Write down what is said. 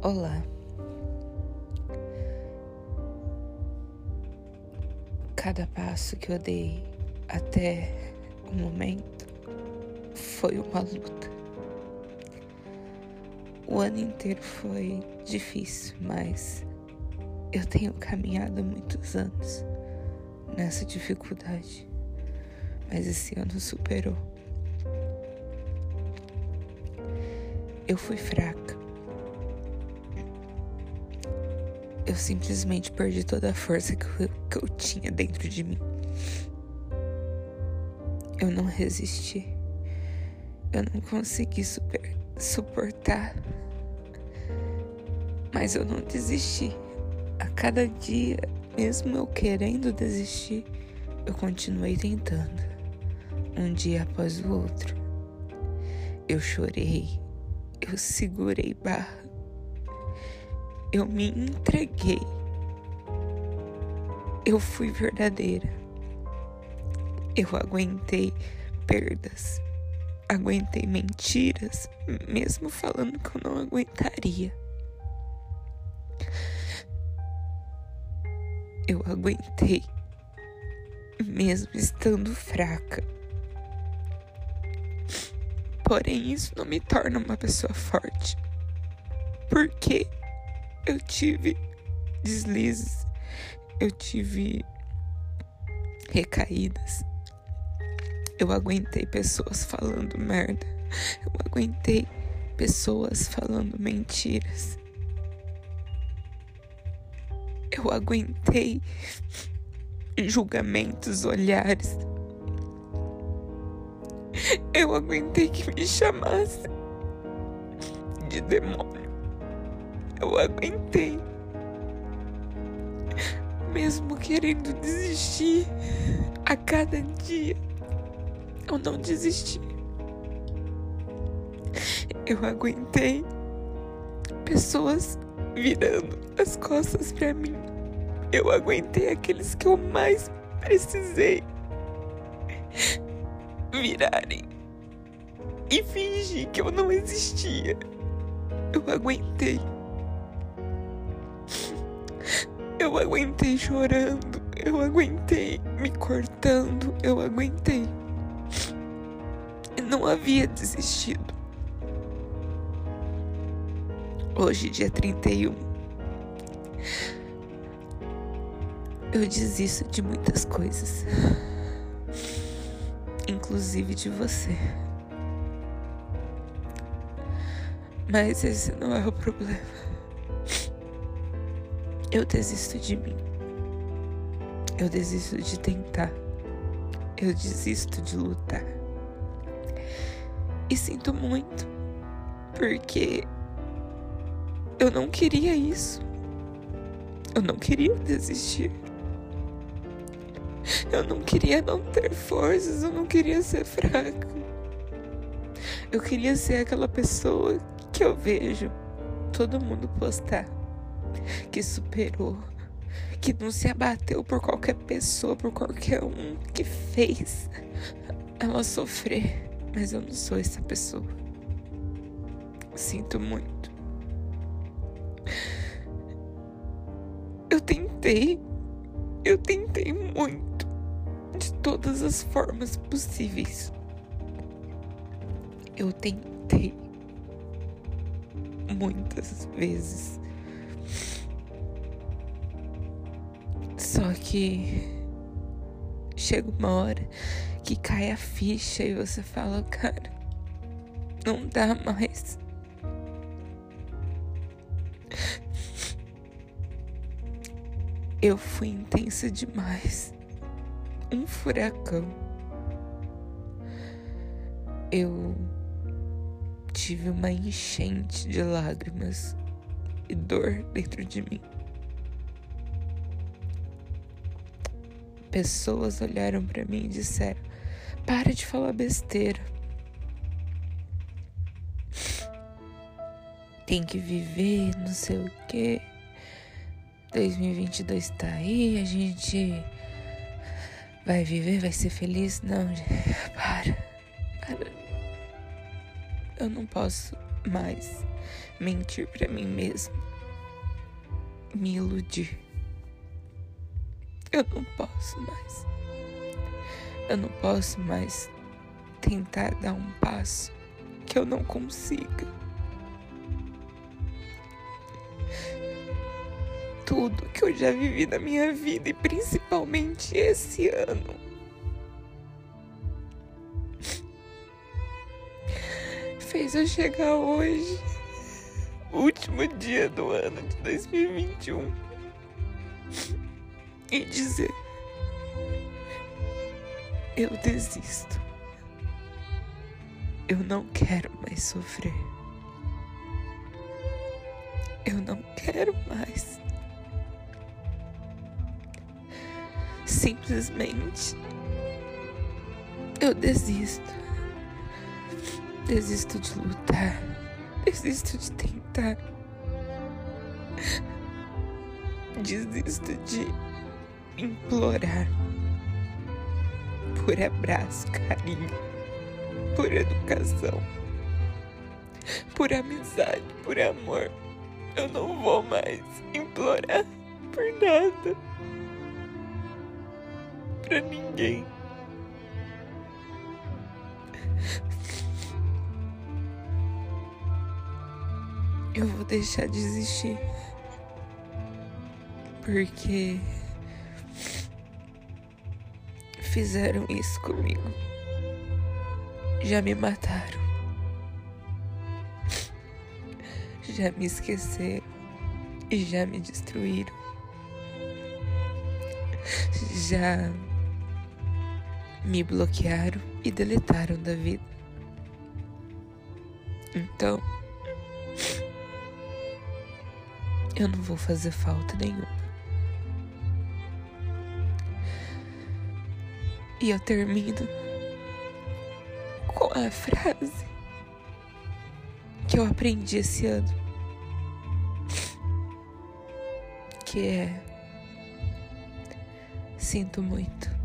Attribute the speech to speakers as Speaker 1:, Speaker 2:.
Speaker 1: Olá. Cada passo que eu dei até o momento foi uma luta. O ano inteiro foi difícil, mas eu tenho caminhado há muitos anos nessa dificuldade. Mas esse ano superou. Eu fui fraca. Eu simplesmente perdi toda a força que eu tinha dentro de mim. Eu não resisti. Eu não consegui suportar. Mas eu não desisti. A cada dia, mesmo eu querendo desistir, eu continuei tentando. Um dia após o outro. Eu chorei. Eu segurei barra. Eu me entreguei. Eu fui verdadeira. Eu aguentei perdas. Aguentei mentiras, mesmo falando que eu não aguentaria. Eu aguentei, mesmo estando fraca. Porém, isso não me torna uma pessoa forte. Porque eu tive deslizes, eu tive recaídas. Eu aguentei pessoas falando merda. Eu aguentei pessoas falando mentiras. Eu aguentei julgamentos, olhares. Eu aguentei que me chamassem de demônio. Eu aguentei, mesmo querendo desistir. A cada dia eu não desisti. Eu aguentei pessoas virando as costas pra mim. Eu aguentei aqueles que eu mais precisei virarem e fingir que eu não existia. Eu aguentei. Eu aguentei chorando, eu aguentei me cortando, eu aguentei. E não havia desistido. Hoje, dia 31, eu desisto de muitas coisas, inclusive de você. Mas esse não é o problema. Eu desisto de mim. Eu desisto de tentar. Eu desisto de lutar. E sinto muito, porque eu não queria isso. Eu não queria desistir. Eu não queria não ter forças. Eu não queria ser fraca. Eu queria ser aquela pessoa que eu vejo todo mundo postar, que superou, que não se abateu por qualquer pessoa, por qualquer um que fez ela sofrer. Mas eu não sou essa pessoa. Sinto muito. Eu tentei muito, de todas as formas possíveis. Eu tentei muitas vezes. Só que chega uma hora que cai a ficha e você fala, cara, não dá mais. Eu fui intensa demais. Um furacão. Eu tive uma enchente de lágrimas e dor dentro de mim. Pessoas olharam pra mim e disseram, para de falar besteira. Tem que viver, não sei o quê. 2022 tá aí, a gente vai viver, vai ser feliz. Não, gente, para. Eu não posso mais mentir pra mim mesmo, me iludir. Eu não posso mais. Eu não posso mais tentar dar um passo que eu não consiga. Tudo que eu já vivi na minha vida, e principalmente esse ano, fez eu chegar hoje, último dia do ano de 2021, e dizer: eu desisto. Eu não quero mais sofrer. Eu não quero mais. Simplesmente eu desisto. Desisto de lutar. Desisto de tentar. Desisto de implorar por abraço, carinho, por educação, por amizade, por amor. Eu não vou mais implorar por nada, pra ninguém. Eu vou deixar de existir, porque fizeram isso comigo. Já me mataram. Já me esqueceram e já me destruíram. Já me bloquearam e deletaram da vida. Então, eu não vou fazer falta nenhuma. E eu termino com a frase que eu aprendi esse ano, que é: sinto muito.